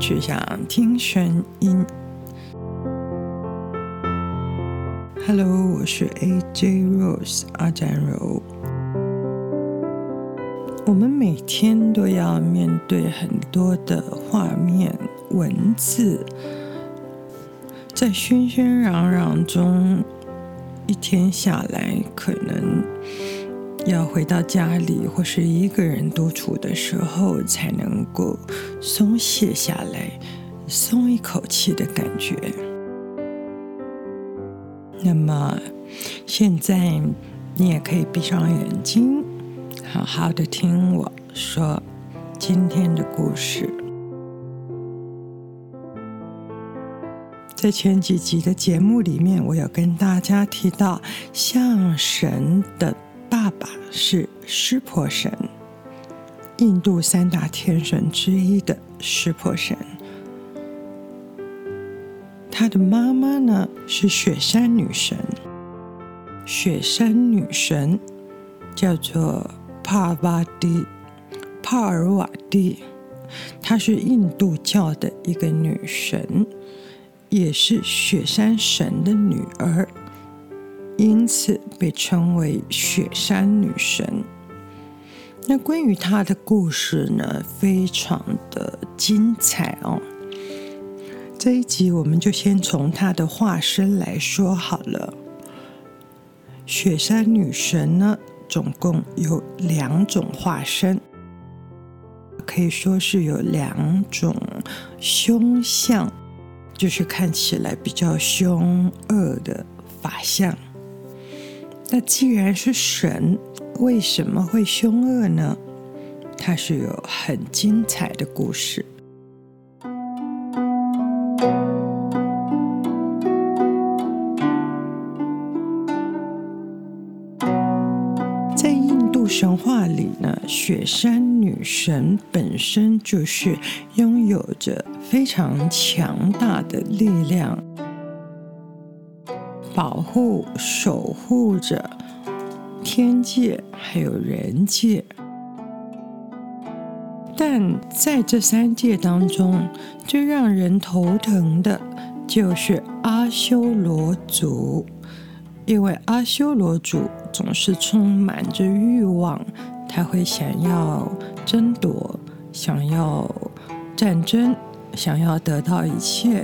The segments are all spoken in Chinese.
只想听声音。Hello， 我是 AJ Rose 阿占柔。我们每天都要面对很多的画面、文字，在喧喧嚷嚷中，一天下来，可能要回到家里或是一个人独处的时候，才能够松懈下来，松一口气的感觉。那么现在你也可以闭上眼睛，好好的听我说今天的故事。在前几集的节目里面，我有跟大家提到，象神的爸爸是湿婆神，印度三大天神之一的湿婆神。他的妈妈呢是雪山女神，雪山女神叫做帕尔瓦蒂，她是印度教的一个女神，也是雪山神的女儿，因此被称为雪山女神。那关于她的故事呢，非常的精彩哦。这一集我们就先从她的化身来说好了。雪山女神呢，总共有2种化身，可以说是有2种凶相，就是看起来比较凶恶的法相。那既然是神，为什么会凶恶呢？它是有很精彩的故事。在印度神话里呢，雪山女神本身就是拥有着非常强大的力量，保护、守护着天界还有人界。但在这3界当中，最让人头疼的就是阿修罗族，因为阿修罗族总是充满着欲望，他会想要争夺，想要战争，想要得到一切，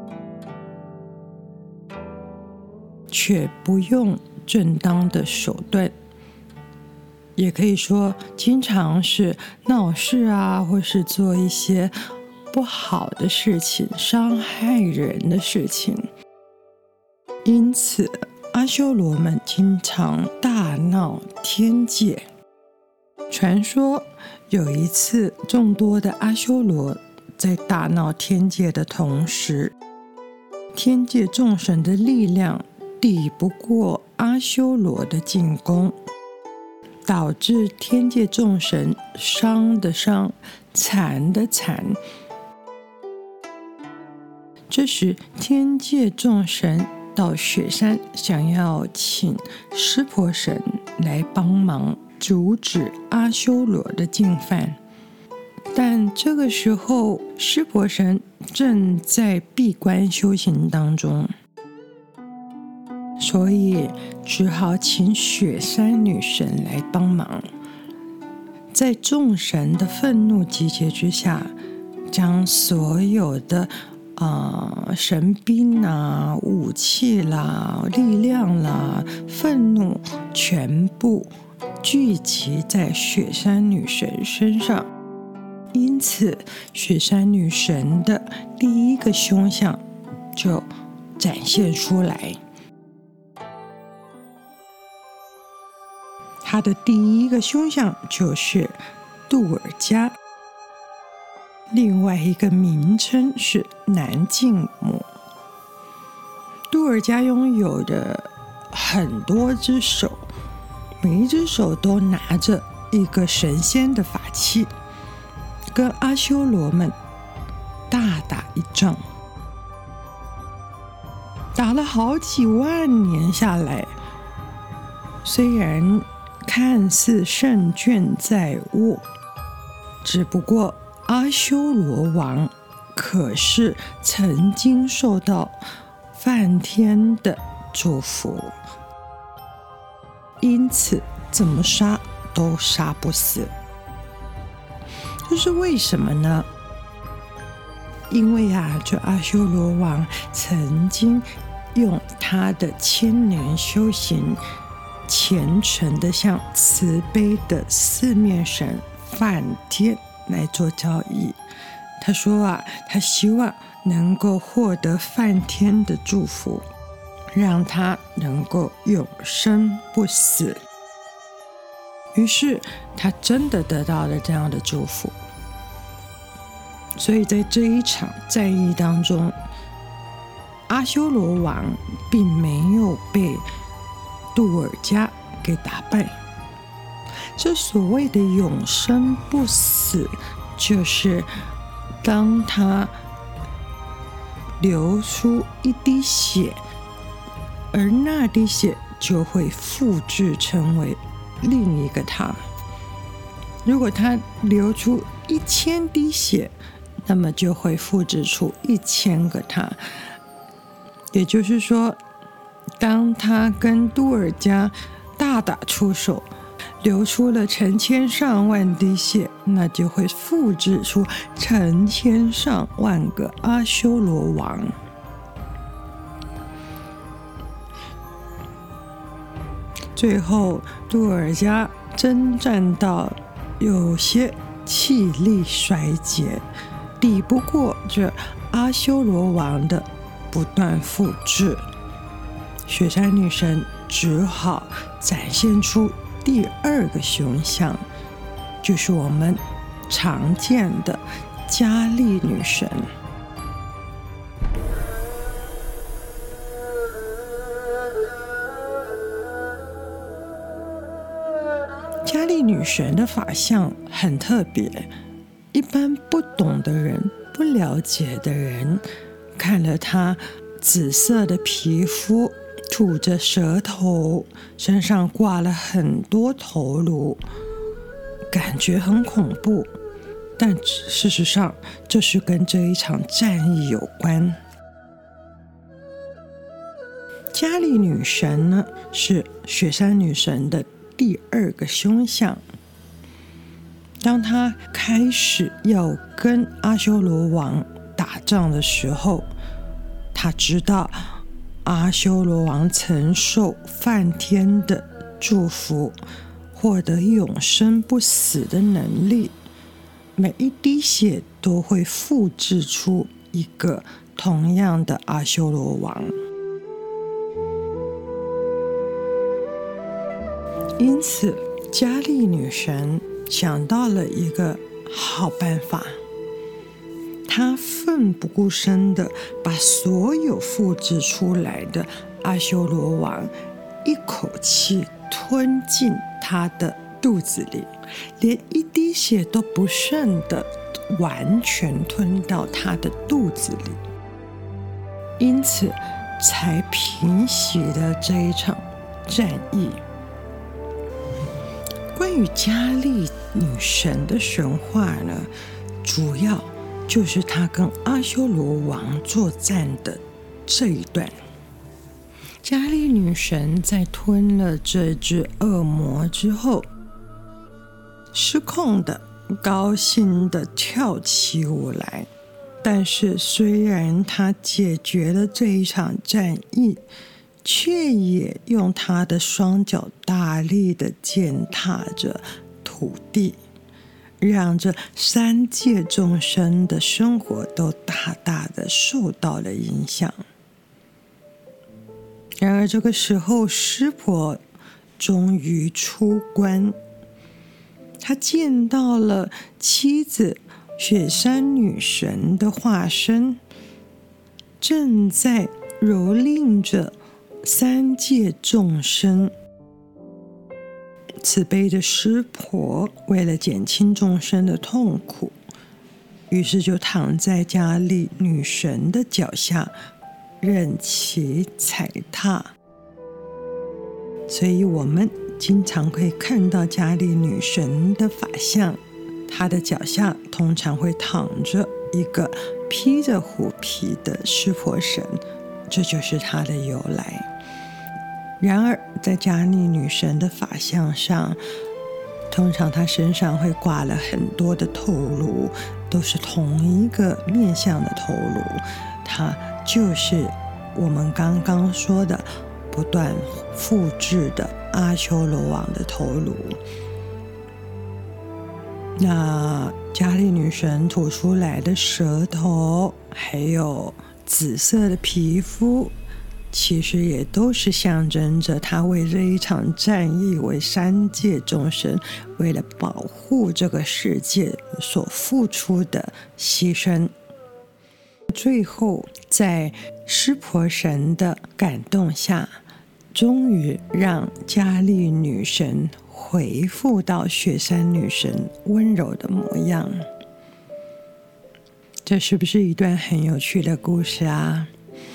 却不用正当的手段，也可以说经常是闹事啊，或是做一些不好的事情，伤害人的事情。因此阿修罗们经常大闹天界。传说有一次，众多的阿修罗在大闹天界的同时，天界众神的力量抵不过阿修罗的进攻，导致天界众神伤的伤，惨的惨。这时天界众神到雪山，想要请湿婆神来帮忙阻止阿修罗的进犯，但这个时候湿婆神正在闭关修行当中，所以只好请雪山女神来帮忙。在众神的愤怒集结之下，将所有的神兵啦、武器啦、力量啦、愤怒全部聚集在雪山女神身上。因此雪山女神的第一个凶相就展现出来。她的第一个凶相就是杜尔迦，另外一个名称是南静母。杜尔迦拥有着很多只手，每一只手都拿着一个神仙的法器，跟阿修罗们大打一仗，打了好几万年下来，虽然看似胜券在握，只不过阿修罗王可是曾经受到梵天的祝福，因此怎么杀都杀不死。这是为什么呢？因为这阿修罗王曾经用他的千年修行，虔诚的向慈悲的四面神梵天来做交易。他说他希望能够获得梵天的祝福，让他能够永生不死。于是他真的得到了这样的祝福。所以在这一场战役当中，阿修罗王并没有被杜尔迦给打败。这所谓的永生不死，就是当他流出一滴血，而那滴血就会复制成为另一个他。如果他流出1000滴血，那么就会复制出1000个他。也就是说，当他跟杜尔迦大打出手，流出了成千上万滴血，那就会复制出成千上万个阿修罗王。最后杜尔迦征战到有些气力衰竭，抵不过这阿修罗王的不断复制，雪山女神只好展现出第二个凶相，就是我们常见的迦利女神。迦利女神的法相很特别，一般不懂的人、不了解的人，看了她紫色的皮肤，吐着舌头，身上挂了很多头颅，感觉很恐怖。但事实上，这是跟这一场战役有关。迦利女神呢，是雪山女神的第二个凶相。当她开始要跟阿修罗王打仗的时候，她知道阿修罗王曾受梵天的祝福，获得永生不死的能力，每一滴血都会复制出一个同样的阿修罗王。因此迦利女神想到了一个好办法，她奋不顾身地把所有复制出来的阿修罗王一口气吞进她的肚子里，连一滴血都不剩的完全吞到她的肚子里，因此才平息了这一场战役。关于迦利女神的神话呢，主要就是她跟阿修罗王作战的这一段。迦利女神在吞了这只恶魔之后，失控的、高兴的跳起舞来。但是虽然她解决了这一场战役，却也用他的双脚大力的践踏着土地，让这3界众生的生活都大大的受到了影响。然而这个时候，湿婆终于出关，他见到了妻子雪山女神的化身，正在蹂躏着3界众生。慈悲的湿婆为了减轻众生的痛苦，于是就躺在迦利女神的脚下，任其踩踏。所以我们经常会看到迦利女神的法相，她的脚下通常会躺着一个披着虎皮的湿婆神，这就是它的由来。然而在加利女神的法相上，通常她身上会挂了很多的头颅，都是同一个面向的头颅，它就是我们刚刚说的不断复制的阿修罗王的头颅。那加利女神吐出来的舌头，还有紫色的皮肤，其实也都是象征着她为这一场战役，为三界众生，为了保护这个世界所付出的牺牲。最后在湿婆神的感动下，终于让加利女神回复到雪山女神温柔的模样。这是不是一段很有趣的故事啊？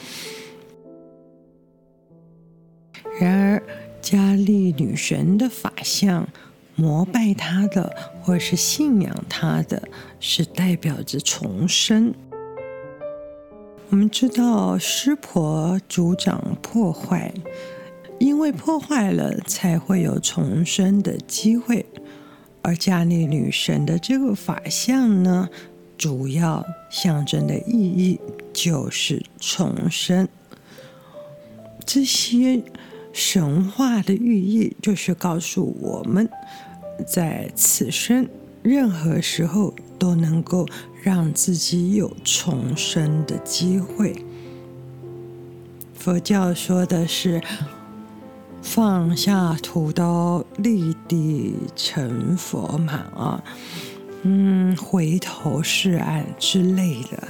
然而加利女神的法相，膜拜她的或是信仰她的，是代表着重生。我们知道湿婆主掌破坏，因为破坏了才会有重生的机会，而加利女神的这个法相呢，主要象征的意义就是重生。这些神话的寓意就是告诉我们，在此生任何时候都能够让自己有重生的机会。佛教说的是放下屠刀，立地成佛嘛，回头是岸之类的。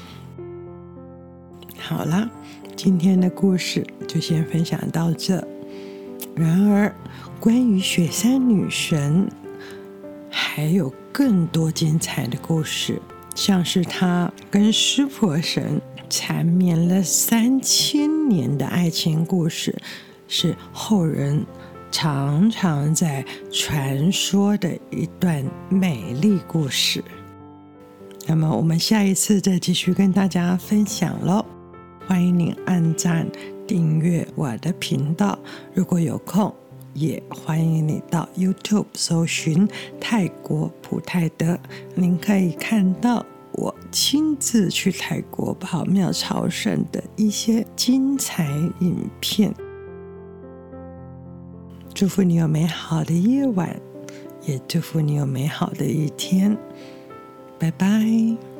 好啦，今天的故事就先分享到这。然而，关于雪山女神还有更多精彩的故事，像是她跟湿婆神缠绵了3000年的爱情故事，是后人常常在传说的一段美丽故事。那么我们下一次再继续跟大家分享咯。欢迎您按赞订阅我的频道，如果有空也欢迎你到 YouTube 搜寻泰国普泰德，您可以看到我亲自去泰国跑庙朝圣的一些精彩影片。祝福你有美好的夜晚，也祝福你有美好的一天。拜拜。